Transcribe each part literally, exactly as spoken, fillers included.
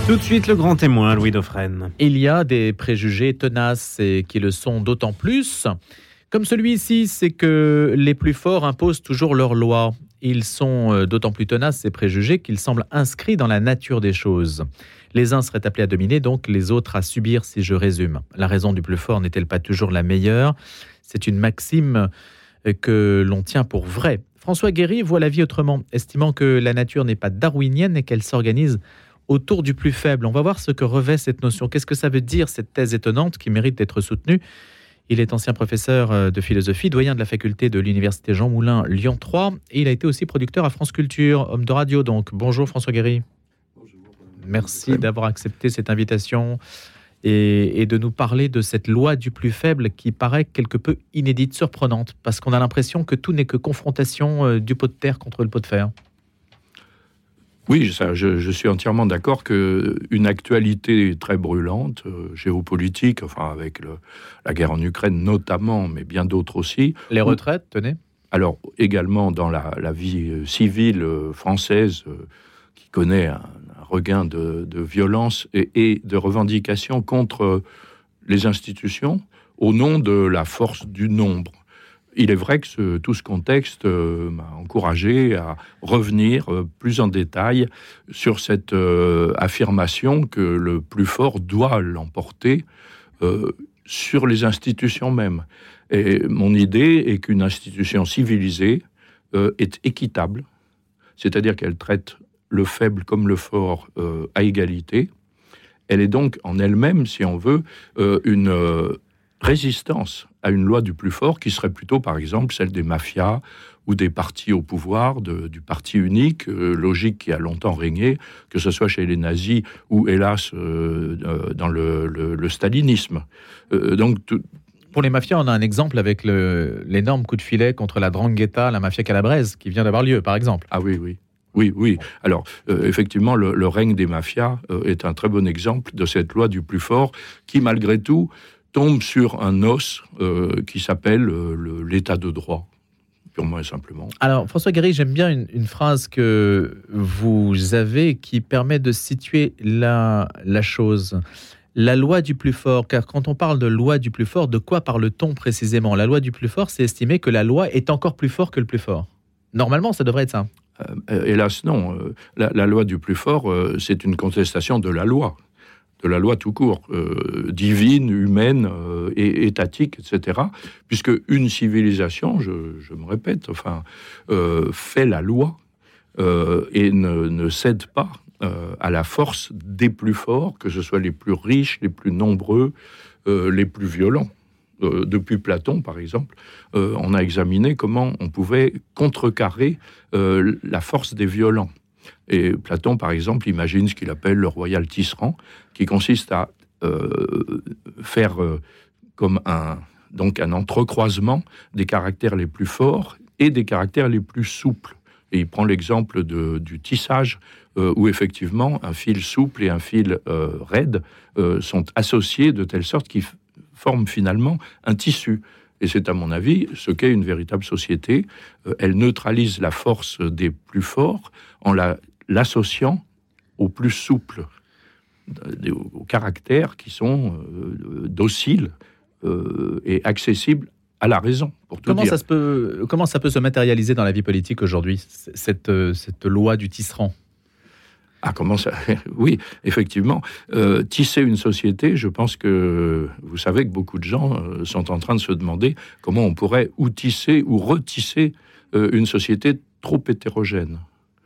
Tout de suite, le grand témoin, Louis Dauphren. Il y a des préjugés tenaces et qui le sont d'autant plus. Comme celui-ci, c'est que les plus forts imposent toujours leurs lois. Ils sont d'autant plus tenaces, ces préjugés, qu'ils semblent inscrits dans la nature des choses. Les uns seraient appelés à dominer, donc les autres à subir, si je résume. La raison du plus fort n'est-elle pas toujours la meilleure ? C'est une maxime que l'on tient pour vraie. François Guéry voit la vie autrement, estimant que la nature n'est pas darwinienne et qu'elle s'organise autour du plus faible. On va voir ce que revêt cette notion. Qu'est-ce que ça veut dire, cette thèse étonnante qui mérite d'être soutenue ? Il est ancien professeur de philosophie, doyen de la faculté de l'université Jean Moulin Lyon trois, et il a été aussi producteur à France Culture, homme de radio donc. Bonjour François Guéry. Bonjour. Merci d'avoir accepté cette invitation et, et de nous parler de cette loi du plus faible qui paraît quelque peu inédite, surprenante, parce qu'on a l'impression que tout n'est que confrontation du pot de terre contre le pot de fer. Oui, ça, je, je suis entièrement d'accord qu'une actualité très brûlante, euh, géopolitique, enfin avec le, la guerre en Ukraine notamment, mais bien d'autres aussi. Les retraites, tenez. Alors également dans la, la vie civile française, euh, qui connaît un, un regain de, de violence et, et de revendications contre les institutions au nom de la force du nombre. Il est vrai que ce, tout ce contexte euh, m'a encouragé à revenir euh, plus en détail sur cette euh, affirmation que le plus fort doit l'emporter euh, sur les institutions mêmes. Et mon idée est qu'une institution civilisée euh, est équitable, c'est-à-dire qu'elle traite le faible comme le fort euh, à égalité. Elle est donc en elle-même, si on veut, euh, une... Euh, résistance à une loi du plus fort qui serait plutôt, par exemple, celle des mafias ou des partis au pouvoir, de, du parti unique, euh, logique qui a longtemps régné, que ce soit chez les nazis ou, hélas, euh, euh, dans le, le, le stalinisme. Euh, donc, tout... Pour les mafias, on a un exemple avec le, l'énorme coup de filet contre la Drangheta, la mafia calabraise, qui vient d'avoir lieu, par exemple. Ah oui, oui. Oui, oui. Alors, euh, effectivement, le, le règne des mafias euh, est un très bon exemple de cette loi du plus fort qui, malgré tout, tombe sur un os euh, qui s'appelle euh, le, l'état de droit, purement et simplement. Alors, François Guéry, j'aime bien une, une phrase que vous avez qui permet de situer la, la chose. La loi du plus fort, car quand on parle de loi du plus fort, de quoi parle-t-on précisément ? La loi du plus fort, c'est estimer que la loi est encore plus fort que le plus fort. Normalement, ça devrait être ça. Euh, hélas, non. Euh, la, la loi du plus fort, euh, c'est une contestation de la loi. de la loi tout court, euh, divine, humaine, euh, et étatique, et cetera. Puisque une civilisation, je, je me répète, enfin, euh, fait la loi euh, et ne, ne cède pas euh, à la force des plus forts, que ce soit les plus riches, les plus nombreux, euh, les plus violents. Euh, depuis Platon, par exemple, euh, on a examiné comment on pouvait contrecarrer euh, la force des violents. Et Platon, par exemple, imagine ce qu'il appelle le royal tisserand, qui consiste à euh, faire euh, comme un, donc un entrecroisement des caractères les plus forts et des caractères les plus souples. Et il prend l'exemple de, du tissage, euh, où effectivement un fil souple et un fil euh, raide euh, sont associés de telle sorte qu'ils f- forment finalement un tissu. Et c'est, à mon avis, ce qu'est une véritable société. Euh, elle neutralise la force des plus forts en la, l'associant aux plus souples, aux, aux caractères qui sont euh, dociles euh, et accessibles à la raison, pour tout comment dire. Ça se peut, comment ça peut se matérialiser dans la vie politique aujourd'hui, cette, cette loi du tisserand ? Ah, comment ça ? Oui, effectivement. Euh, tisser une société, je pense que vous savez que beaucoup de gens euh, sont en train de se demander comment on pourrait ou tisser ou retisser euh, une société trop hétérogène.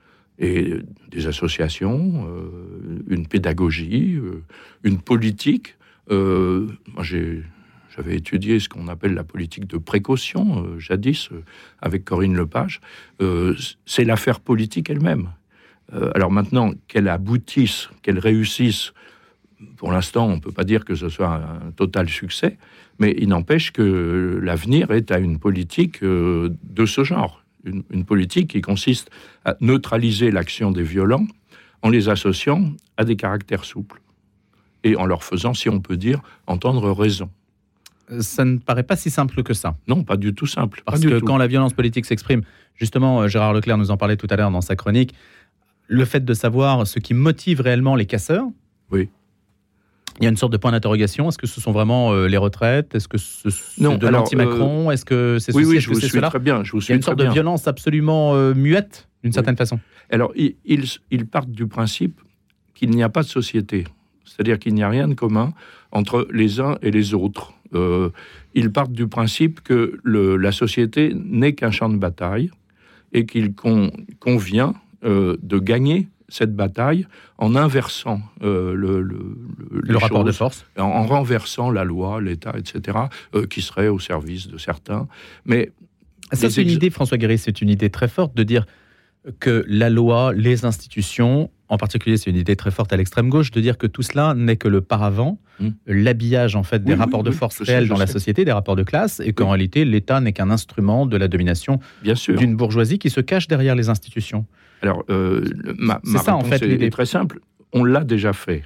Et des associations, euh, une pédagogie, euh, une politique. Euh, moi, j'ai, j'avais étudié ce qu'on appelle la politique de précaution, euh, jadis, euh, avec Corinne Lepage. Euh, c'est l'affaire politique elle-même. Euh, alors maintenant, qu'elle aboutisse, qu'elle réussisse, pour l'instant, on ne peut pas dire que ce soit un, un total succès, mais il n'empêche que l'avenir est à une politique euh, de ce genre. Une, une politique qui consiste à neutraliser l'action des violents en les associant à des caractères souples et en leur faisant, si on peut dire, entendre raison. Ça ne paraît pas si simple que ça. Non, pas du tout simple. Parce que tout. Quand la violence politique s'exprime, justement, Gérard Leclerc nous en parlait tout à l'heure dans sa chronique, le fait de savoir ce qui motive réellement les casseurs, Oui. Il y a une sorte de point d'interrogation. Est-ce que ce sont vraiment euh, les retraites? Est-ce que ce, c'est non, de alors, l'anti-Macron? euh, Est-ce que c'est oui, ceci? oui, Est-ce je que vous c'est suis cela? très bien. Je vous Il y suis a une très sorte bien. de violence absolument euh, muette, d'une Oui. certaine façon. Alors, ils, ils, ils partent du principe qu'il n'y a pas de société. C'est-à-dire qu'il n'y a rien de commun entre les uns et les autres. Euh, ils partent du principe que le, la société n'est qu'un champ de bataille et qu'il con, convient euh, de gagner cette bataille en inversant euh, le, le, le, Le rapport choses, de force. En, en renversant la loi, l'État, et cetera, euh, qui serait au service de certains. Mais ça, c'est une ex... idée, François Guéry, c'est une idée très forte de dire que la loi, les institutions, en particulier, c'est une idée très forte à l'extrême gauche, de dire que tout cela n'est que le paravent, mmh. l'habillage en fait des oui, rapports oui, de force oui, réels sais, dans sais. la société, des rapports de classe, et qu'en oui. réalité, l'État n'est qu'un instrument de la domination d'une bourgeoisie qui se cache derrière les institutions. Alors, euh, ma, ma ça, réponse en fait, est, l'idée. est très simple. On l'a déjà fait.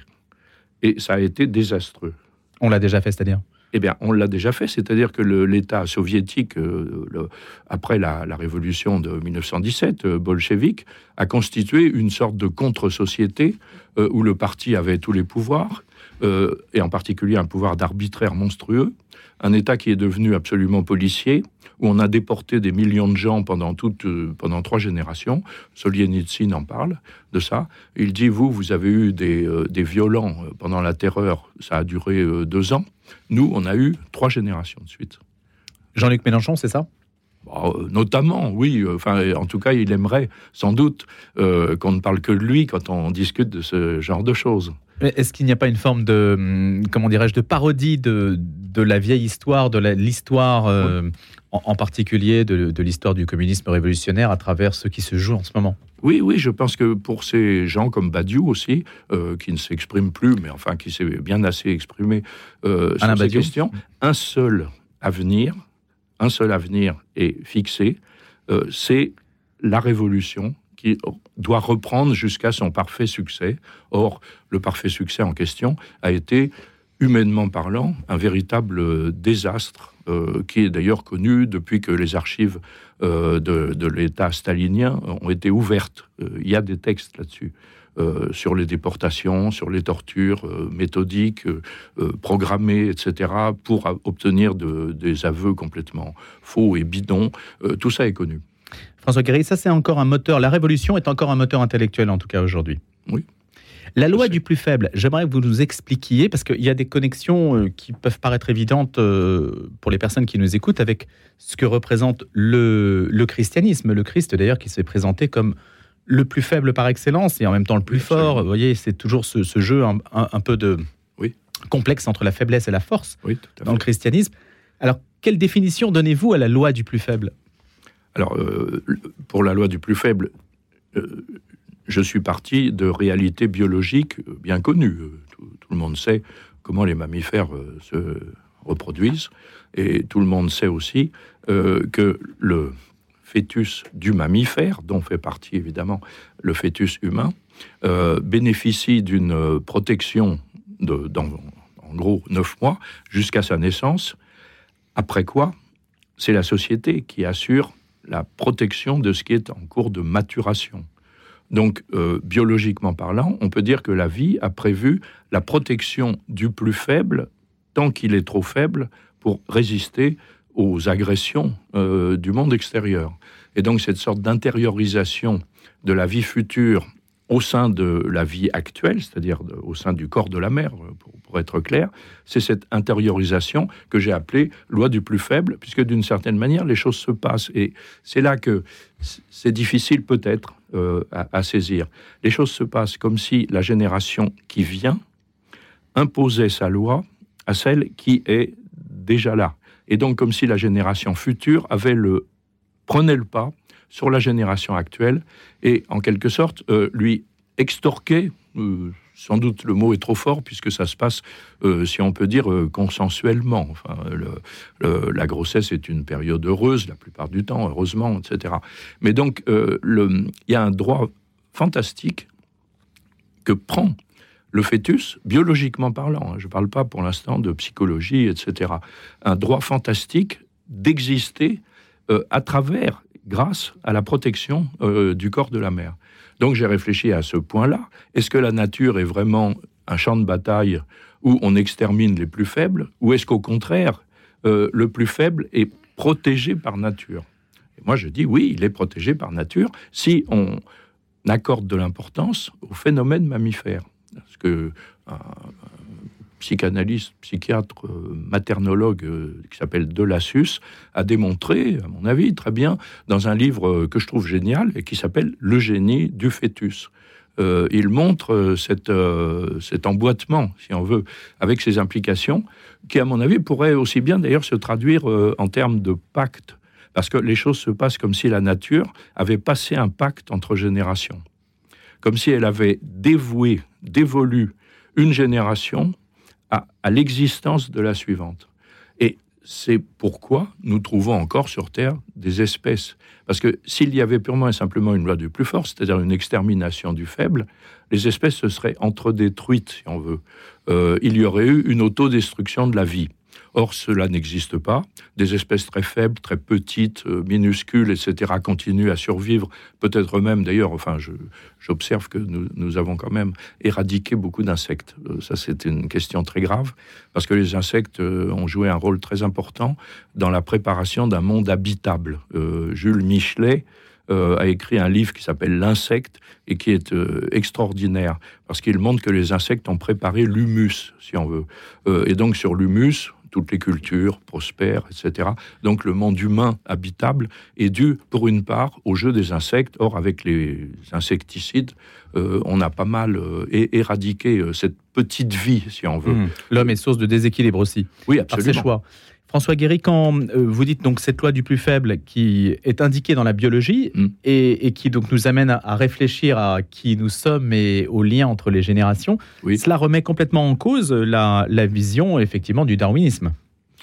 Et ça a été désastreux. On l'a déjà fait, c'est-à-dire ? Eh bien, on l'a déjà fait. C'est-à-dire que le, l'État soviétique, euh, le, après la, la révolution de dix-neuf cent dix-sept, euh, bolchevique, a constitué une sorte de contre-société euh, où le parti avait tous les pouvoirs, euh, et en particulier un pouvoir d'arbitraire monstrueux. Un État qui est devenu absolument policier, où on a déporté des millions de gens pendant, toute, euh, pendant trois générations. Solzhenitsyn en parle de ça. Il dit, vous, vous avez eu des, euh, des violents pendant la terreur, ça a duré euh, deux ans. Nous, on a eu trois générations de suite. Jean-Luc Mélenchon, c'est ça ? Bah, euh, notamment, oui. Enfin, en tout cas, il aimerait sans doute euh, qu'on ne parle que de lui quand on discute de ce genre de choses. Est-ce qu'il n'y a pas une forme de, comment dirais-je, de parodie de, de la vieille histoire, de la, l'histoire, euh, oui. en, en particulier de, de l'histoire du communisme révolutionnaire à travers ce qui se joue en ce moment ? Oui, oui, je pense que pour ces gens comme Badiou aussi, euh, qui ne s'expriment plus, mais enfin qui s'est bien assez exprimé euh, sur ces questions, un seul avenir, un seul avenir est fixé, euh, c'est la révolution qui doit reprendre jusqu'à son parfait succès. Or, le parfait succès en question a été, humainement parlant, un véritable désastre, euh, qui est d'ailleurs connu depuis que les archives euh, de, de l'État stalinien ont été ouvertes. Euh, il y a des textes là-dessus, euh, sur les déportations, sur les tortures euh, méthodiques, euh, programmées, et cetera, pour a- obtenir de, des aveux complètement faux et bidons. Euh, tout ça est connu. François Guéry, ça c'est encore un moteur, la révolution est encore un moteur intellectuel en tout cas aujourd'hui. Oui. La loi du plus faible, j'aimerais que vous nous expliquiez, parce qu'il y a des connexions qui peuvent paraître évidentes pour les personnes qui nous écoutent avec ce que représente le, le christianisme. Le Christ d'ailleurs qui s'est présenté comme le plus faible par excellence et en même temps le plus oui, fort. Vous voyez, c'est toujours ce, ce jeu un, un, un peu de oui. complexe entre la faiblesse et la force oui, tout à dans fait. le christianisme. Alors, quelle définition donnez-vous à la loi du plus faible ? Alors, euh, pour la loi du plus faible, euh, je suis parti de réalités biologiques bien connues. Tout, tout le monde sait comment les mammifères euh, se reproduisent, et tout le monde sait aussi euh, que le fœtus du mammifère, dont fait partie évidemment le fœtus humain, euh, bénéficie d'une protection de, dans, en gros, neuf mois, jusqu'à sa naissance, après quoi, c'est la société qui assure la protection de ce qui est en cours de maturation. Donc, euh, biologiquement parlant, on peut dire que la vie a prévu la protection du plus faible, tant qu'il est trop faible, pour résister aux agressions euh, du monde extérieur. Et donc, cette sorte d'intériorisation de la vie future au sein de la vie actuelle, c'est-à-dire de, au sein du corps de la mère, pour, pour être clair, c'est cette intériorisation que j'ai appelée loi du plus faible, puisque d'une certaine manière, les choses se passent. Et c'est là que c'est difficile peut-être euh, à, à saisir. Les choses se passent comme si la génération qui vient imposait sa loi à celle qui est déjà là. Et donc comme si la génération future avait le, prenait le pas sur la génération actuelle, et en quelque sorte, euh, lui extorquer, euh, sans doute le mot est trop fort, puisque ça se passe, euh, si on peut dire, euh, consensuellement. Enfin, le, le, la grossesse est une période heureuse, la plupart du temps, heureusement, et cetera. Mais donc, euh, le, il y a un droit fantastique que prend le fœtus, biologiquement parlant, hein, je ne parle pas pour l'instant de psychologie, et cetera, un droit fantastique d'exister euh, à travers, grâce à la protection euh, du corps de la mère. Donc j'ai réfléchi à ce point-là. Est-ce que la nature est vraiment un champ de bataille où on extermine les plus faibles, ou est-ce qu'au contraire, euh, le plus faible est protégé par nature ? Et moi, je dis oui, il est protégé par nature si on accorde de l'importance au phénomène mammifère. Parce que un, un psychanalyste, psychiatre, euh, maternologue euh, qui s'appelle Delassus a démontré, à mon avis, très bien, dans un livre euh, que je trouve génial et qui s'appelle « L'eugénie du fœtus ». Euh, il montre euh, cette, euh, cet emboîtement, si on veut, avec ses implications, qui, à mon avis, pourrait aussi bien d'ailleurs se traduire euh, en termes de pacte, parce que les choses se passent comme si la nature avait passé un pacte entre générations, comme si elle avait dévoué, dévolu une génération à, à l'existence de la suivante. Et c'est pourquoi nous trouvons encore sur Terre des espèces. Parce que s'il y avait purement et simplement une loi du plus fort, c'est-à-dire une extermination du faible, les espèces se seraient entre-détruites, si on veut. Euh, il y aurait eu une autodestruction de la vie. Or, cela n'existe pas. Des espèces très faibles, très petites, euh, minuscules, et cetera, continuent à survivre. Peut-être même, d'ailleurs, enfin, je, j'observe que nous, nous avons quand même éradiqué beaucoup d'insectes. Euh, ça, c'est une question très grave, parce que les insectes euh, ont joué un rôle très important dans la préparation d'un monde habitable. Euh, Jules Michelet euh, a écrit un livre qui s'appelle « L'insecte » et qui est euh, extraordinaire, parce qu'il montre que les insectes ont préparé l'humus, si on veut. Euh, et donc, sur l'humus, toutes les cultures prospèrent, et cetera. Donc le monde humain habitable est dû, pour une part, au jeu des insectes. Or, avec les insecticides, euh, on a pas mal euh, éradiqué euh, cette petite vie, si on veut. Mmh. L'homme est source de déséquilibre aussi, oui, par absolument. ses choix. François Guéry, quand euh, vous dites donc cette loi du plus faible qui est indiquée dans la biologie mmh. et, et qui donc nous amène à, à réfléchir à qui nous sommes et au lien entre les générations, oui. Cela remet complètement en cause la, la vision effectivement du darwinisme.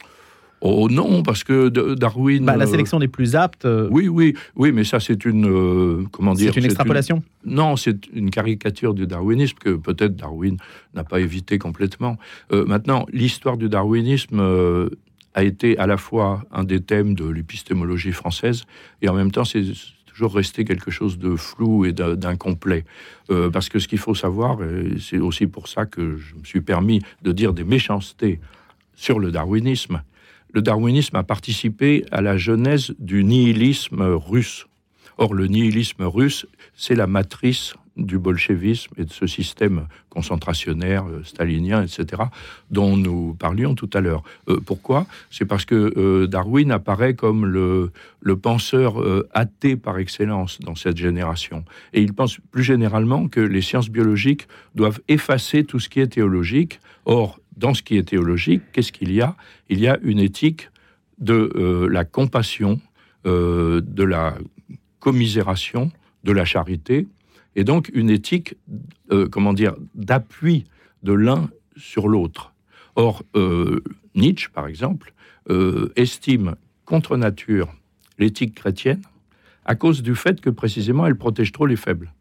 Oh non, parce que Darwin... Bah, la sélection des plus aptes... Euh... Oui, oui, oui, mais ça c'est une... Euh, comment dire, c'est une extrapolation c'est une... Non, c'est une caricature du darwinisme que peut-être Darwin n'a pas évité complètement. Euh, maintenant, l'histoire du darwinisme... Euh, a été à la fois un des thèmes de l'épistémologie française, et en même temps, c'est toujours resté quelque chose de flou et d'incomplet. Euh, parce que ce qu'il faut savoir, et c'est aussi pour ça que je me suis permis de dire des méchancetés sur le darwinisme, le darwinisme a participé à la genèse du nihilisme russe. Or, le nihilisme russe, c'est la matrice du bolchevisme et de ce système concentrationnaire, euh, stalinien, et cetera, dont nous parlions tout à l'heure. Euh, pourquoi ? C'est parce que euh, Darwin apparaît comme le, le penseur euh, athée par excellence dans cette génération. Et il pense plus généralement que les sciences biologiques doivent effacer tout ce qui est théologique. Or, dans ce qui est théologique, qu'est-ce qu'il y a ? Il y a une éthique de euh, la compassion, euh, de la commisération, de la charité, et donc une éthique, euh, comment dire, d'appui de l'un sur l'autre. Or, euh, Nietzsche, par exemple, euh, estime contre nature l'éthique chrétienne à cause du fait que, précisément, elle protège trop les faibles.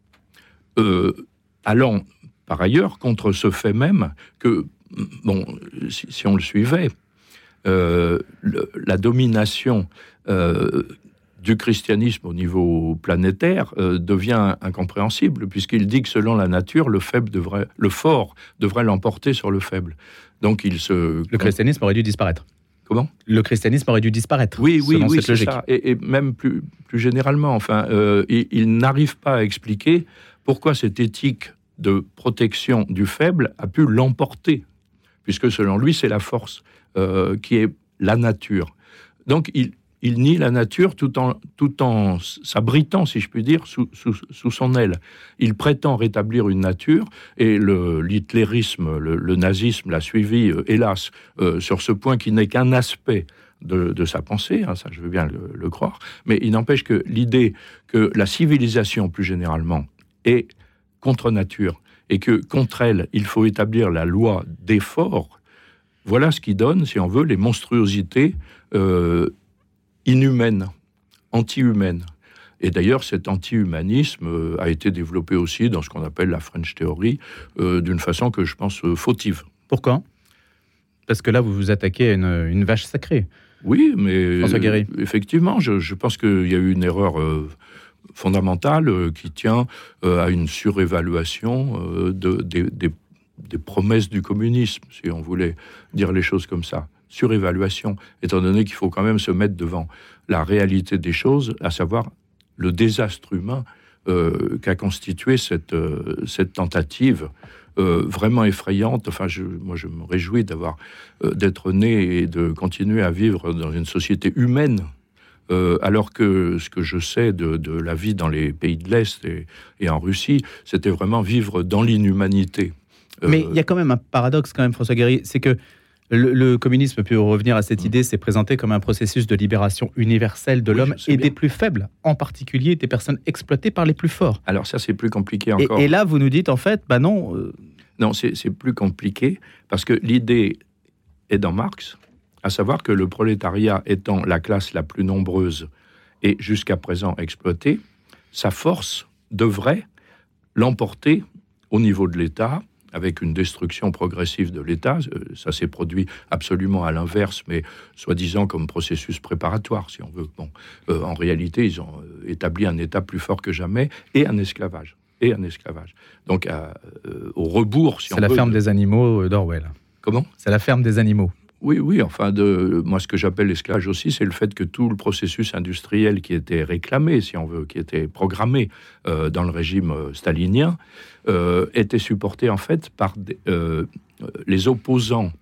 Euh, allant, par ailleurs, contre ce fait même que, bon, si, si on le suivait, euh, le, la domination... Euh, du christianisme au niveau planétaire euh, devient incompréhensible, puisqu'il dit que selon la nature, le faible devrait, le fort devrait l'emporter sur le faible. Donc il se... Le christianisme aurait dû disparaître. Comment ? Le christianisme aurait dû disparaître. Oui, oui, oui, cette c'est logique. ça. Et, et même plus, plus généralement, enfin, euh, il, il n'arrive pas à expliquer pourquoi cette éthique de protection du faible a pu l'emporter, puisque selon lui, c'est la force euh, qui est la nature. Donc il Il nie la nature tout en, tout en s'abritant, si je puis dire, sous, sous, sous son aile. Il prétend rétablir une nature, et le, l'hitlérisme, le, le nazisme l'a suivi, euh, hélas, euh, sur ce point qui n'est qu'un aspect de, de sa pensée, hein, ça je veux bien le, le croire, mais il n'empêche que l'idée que la civilisation, plus généralement, est contre nature, et que contre elle, il faut établir la loi d'effort, voilà ce qui donne, si on veut, les monstruosités euh, inhumaine, anti-humaine. Et d'ailleurs, cet anti-humanisme euh, a été développé aussi dans ce qu'on appelle la French Theory, euh, d'une façon que je pense euh, fautive. Pourquoi ? Parce que là, vous vous attaquez à une, une vache sacrée. Oui, mais François Guéry. Euh, effectivement, je, je pense qu'il y a eu une erreur euh, fondamentale euh, qui tient euh, à une surévaluation euh, de, des, des des promesses du communisme, si on voulait dire les choses comme ça. Surévaluation, étant donné qu'il faut quand même se mettre devant la réalité des choses, à savoir le désastre humain euh, qu'a constitué cette, euh, cette tentative euh, vraiment effrayante. Enfin, je, moi, je me réjouis d'avoir, euh, d'être né et de continuer à vivre dans une société humaine, euh, alors que ce que je sais de, de la vie dans les pays de l'Est et, et en Russie, c'était vraiment vivre dans l'inhumanité. Euh, Mais il y a quand même un paradoxe, quand même, François Guéry, c'est que Le, le communisme, pour revenir à cette idée, s'est présenté comme un processus de libération universelle de oui, l'homme et bien. des plus faibles, en particulier des personnes exploitées par les plus forts. Alors ça, c'est plus compliqué encore. Et, et là, vous nous dites, en fait, bah non... Euh... Non, c'est, c'est plus compliqué, parce que l'idée est dans Marx, à savoir que le prolétariat étant la classe la plus nombreuse et jusqu'à présent exploitée, sa force devrait l'emporter au niveau de l'État, avec une destruction progressive de l'État. Ça s'est produit absolument à l'inverse, mais soi-disant comme processus préparatoire, si on veut. Bon, euh, en réalité, ils ont établi un État plus fort que jamais et un esclavage. Et un esclavage. Donc, à, euh, au rebours, si C'est on veut... C'est la ferme de... des animaux d'Orwell. Comment ? C'est la ferme des animaux. Oui, oui, enfin, de, moi, ce que j'appelle l'esclavage aussi, c'est le fait que tout le processus industriel qui était réclamé, si on veut, qui était programmé euh, dans le régime euh, stalinien, euh, était supporté, en fait, par des, euh, les opposants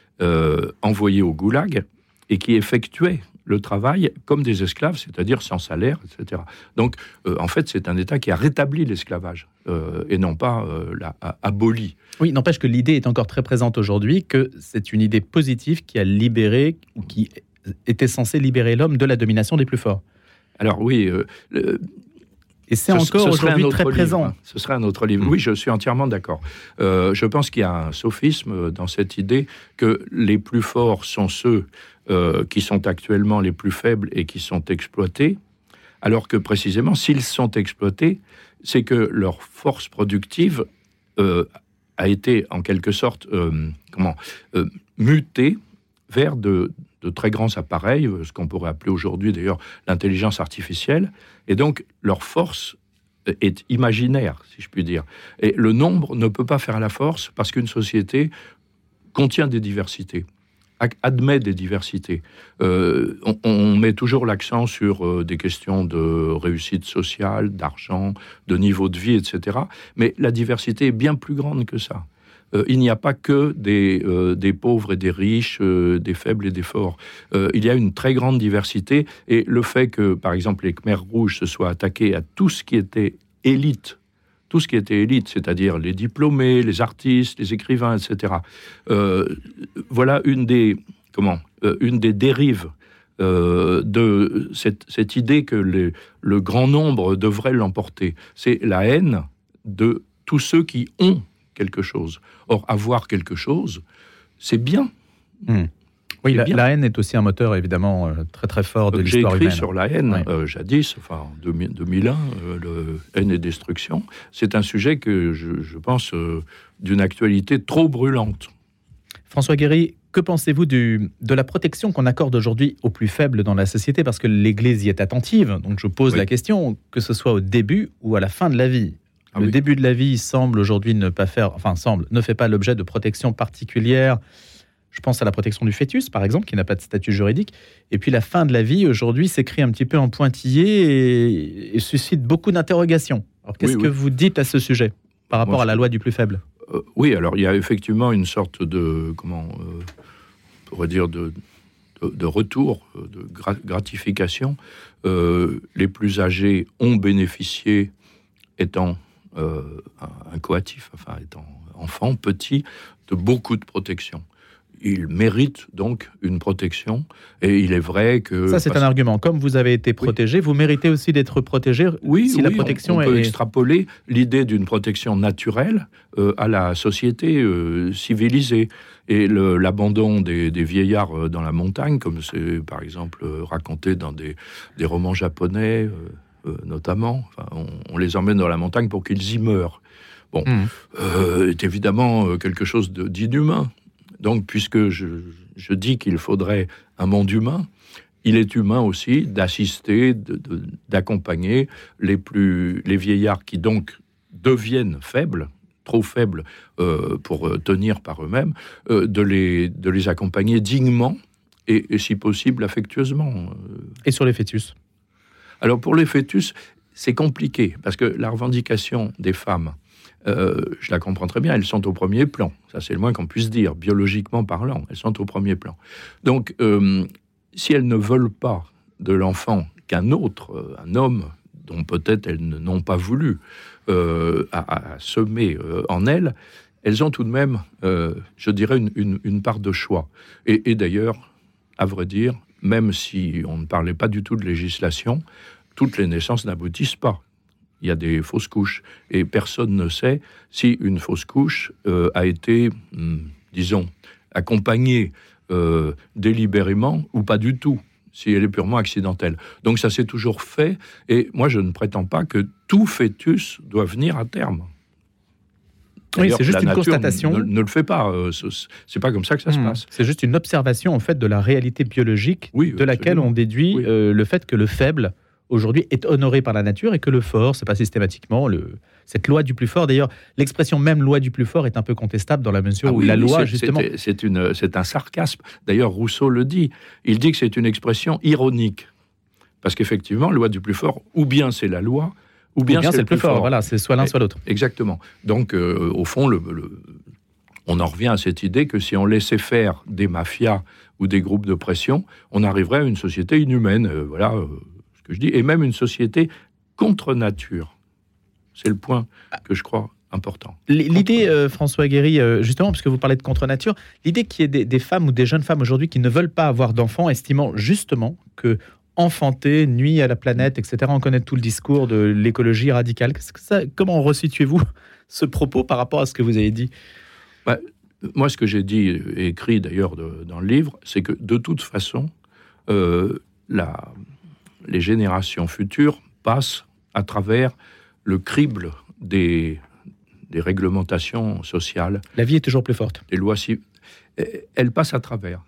euh, envoyés au goulag et qui effectuaient le travail comme des esclaves, c'est-à-dire sans salaire, et cetera. Donc, euh, en fait, c'est un État qui a rétabli l'esclavage euh, et non pas euh, l'a aboli. Oui, n'empêche que l'idée est encore très présente aujourd'hui, que c'est une idée positive qui a libéré, ou qui était censée libérer l'homme de la domination des plus forts. Alors oui... Euh, le, Et c'est ce, encore aujourd'hui très livre, présent. Hein. Ce serait un autre livre. Mmh. Oui, je suis entièrement d'accord. Euh, je pense qu'il y a un sophisme dans cette idée que les plus forts sont ceux euh, qui sont actuellement les plus faibles et qui sont exploités, alors que précisément, s'ils sont exploités, c'est que leur force productive euh, a été en quelque sorte euh, comment, euh, mutée vers de... de très grands appareils, ce qu'on pourrait appeler aujourd'hui d'ailleurs l'intelligence artificielle, et donc leur force est imaginaire, si je puis dire. Et le nombre ne peut pas faire la force parce qu'une société contient des diversités, admet des diversités. Euh, on, on met toujours l'accent sur euh, des questions de réussite sociale, d'argent, de niveau de vie, et cetera. Mais la diversité est bien plus grande que ça. Euh, il n'y a pas que des, euh, des pauvres et des riches, euh, des faibles et des forts. Euh, il y a une très grande diversité, et le fait que, par exemple, les Khmers rouges se soient attaqués à tout ce qui était élite, tout ce qui était élite, c'est-à-dire les diplômés, les artistes, les écrivains, et cetera. Euh, voilà une des, comment, euh, une des dérives euh, de cette, cette idée que les, le grand nombre devrait l'emporter. C'est la haine de tous ceux qui ont quelque chose. Or, avoir quelque chose, c'est bien. Mmh. Oui, la, la haine est aussi un moteur, évidemment, euh, très très fort de euh, l'histoire humaine. J'ai écrit sur la haine, ouais. euh, jadis, enfin, en deux mille un, euh, le haine et destruction. C'est un sujet que je, je pense euh, d'une actualité trop brûlante. François Guéry, que pensez-vous du, de la protection qu'on accorde aujourd'hui aux plus faibles dans la société ? Parce que l'Église y est attentive, donc je pose oui. la question, que ce soit au début ou à la fin de la vie. Le ah oui. début de la vie semble aujourd'hui ne pas faire, enfin semble, ne fait pas l'objet de protection particulière. Je pense à la protection du fœtus, par exemple, qui n'a pas de statut juridique. Et puis la fin de la vie, aujourd'hui, s'écrit un petit peu en pointillé et, et suscite beaucoup d'interrogations. Alors qu'est-ce oui, que oui. vous dites à ce sujet, par rapport Moi, à la loi du plus faible ? euh, Oui, alors il y a effectivement une sorte de, comment, euh, on pourrait dire, de, de, de retour, de gratification. Euh, les plus âgés ont bénéficié, étant Euh, un coatif, enfin étant enfant, petit, de beaucoup de protection. Il mérite donc une protection, et il est vrai que... Ça, c'est parce... un argument. Comme vous avez été protégé, oui. vous méritez aussi d'être protégé oui, si oui, la protection on, on est... peut extrapoler l'idée d'une protection naturelle euh, à la société euh, civilisée. Et le, l'abandon des, des vieillards dans la montagne, comme c'est par exemple raconté dans des, des romans japonais... Euh, Euh, notamment, enfin, on, on les emmène dans la montagne pour qu'ils y meurent. Bon, mmh. euh, est évidemment quelque chose de, d'inhumain. Donc, puisque je, je dis qu'il faudrait un monde humain, il est humain aussi d'assister, de, de, d'accompagner les, plus, les vieillards qui donc deviennent faibles, trop faibles euh, pour tenir par eux-mêmes, euh, de, les, de les accompagner dignement et, et si possible affectueusement. Et sur les fœtus ? Alors pour les fœtus, c'est compliqué, parce que la revendication des femmes, euh, je la comprends très bien, elles sont au premier plan. Ça, c'est le moins qu'on puisse dire, biologiquement parlant, elles sont au premier plan. Donc, euh, si elles ne veulent pas de l'enfant qu'un autre, un homme, dont peut-être elles n'ont pas voulu, euh, à, à semer euh, en elles, elles ont tout de même, euh, je dirais, une, une, une part de choix. Et, et d'ailleurs, à vrai dire, même si on ne parlait pas du tout de législation, toutes les naissances n'aboutissent pas. Il y a des fausses couches. Et personne ne sait si une fausse couche euh, a été, hum, disons, accompagnée euh, délibérément ou pas du tout, si elle est purement accidentelle. Donc ça s'est toujours fait. Et moi, je ne prétends pas que tout fœtus doit venir à terme. Oui, c'est juste une constatation. Ne, ne le fait pas. Euh, c'est pas comme ça que ça mmh. se passe. C'est juste une observation, en fait, de la réalité biologique oui, de absolument. Laquelle on déduit oui. euh, le fait que le faible, aujourd'hui, est honoré par la nature et que le fort, c'est pas systématiquement le... cette loi du plus fort. D'ailleurs, l'expression même loi du plus fort est un peu contestable dans la mesure ah, où oui, la oui, loi, c'est, justement... C'est, c'est, une, c'est un sarcasme. D'ailleurs, Rousseau le dit. Il dit que c'est une expression ironique. Parce qu'effectivement, loi du plus fort, ou bien c'est la loi, ou bien, ou bien c'est, c'est le plus fort. fort. Voilà, c'est soit l'un, soit l'autre. Exactement. Donc, euh, au fond, le, le, on en revient à cette idée que si on laissait faire des mafias ou des groupes de pression, on arriverait à une société inhumaine. Euh, voilà euh, ce que je dis. Et même une société contre nature. C'est le point que je crois important. L'idée, euh, François Guéry, euh, justement, parce que vous parlez de contre nature, l'idée qu'il y ait des, des femmes ou des jeunes femmes aujourd'hui qui ne veulent pas avoir d'enfants, estimant justement que enfanter nuit à la planète, et cetera. On connaît tout le discours de l'écologie radicale. Qu'est-ce que ça, comment resituez-vous ce propos par rapport à ce que vous avez dit ? bah, Moi, ce que j'ai dit et écrit d'ailleurs de, dans le livre, c'est que de toute façon, euh, la, les générations futures passent à travers le crible des, des réglementations sociales. La vie est toujours plus forte. Les lois, elles passent à travers.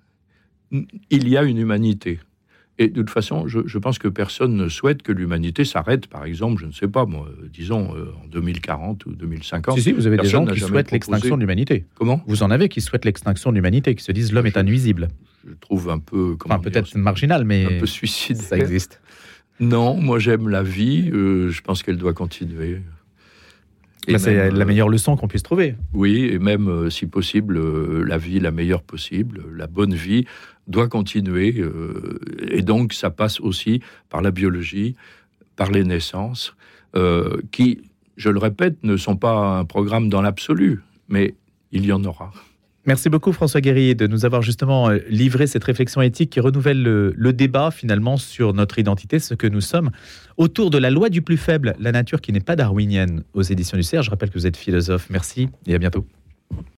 Il y a une humanité. Et de toute façon, je, je pense que personne ne souhaite que l'humanité s'arrête, par exemple, je ne sais pas, moi, disons, euh, en deux mille quarante ou deux mille cinquante. Si, si, vous avez personne des gens qui souhaitent proposé... l'extinction de l'humanité. Comment ? Vous en avez qui souhaitent l'extinction de l'humanité, qui se disent l'homme je, est un nuisible. Je trouve un peu... Enfin, peut-être dire, marginal, mais... Un peu suicidaire. Ça existe. Non, moi j'aime la vie, euh, je pense qu'elle doit continuer. Bah, c'est même, la meilleure leçon qu'on puisse trouver. Oui, et même, euh, si possible, euh, la vie la meilleure possible, la bonne vie doit continuer. Euh, et donc, ça passe aussi par la biologie, par les naissances, euh, qui, je le répète, ne sont pas un programme dans l'absolu, mais il y en aura. Merci beaucoup François Guéry de nous avoir justement livré cette réflexion éthique qui renouvelle le, le débat finalement sur notre identité, ce que nous sommes, autour de la loi du plus faible, la nature qui n'est pas darwinienne, aux éditions du Cerf. Je rappelle que vous êtes philosophe. Merci et à bientôt.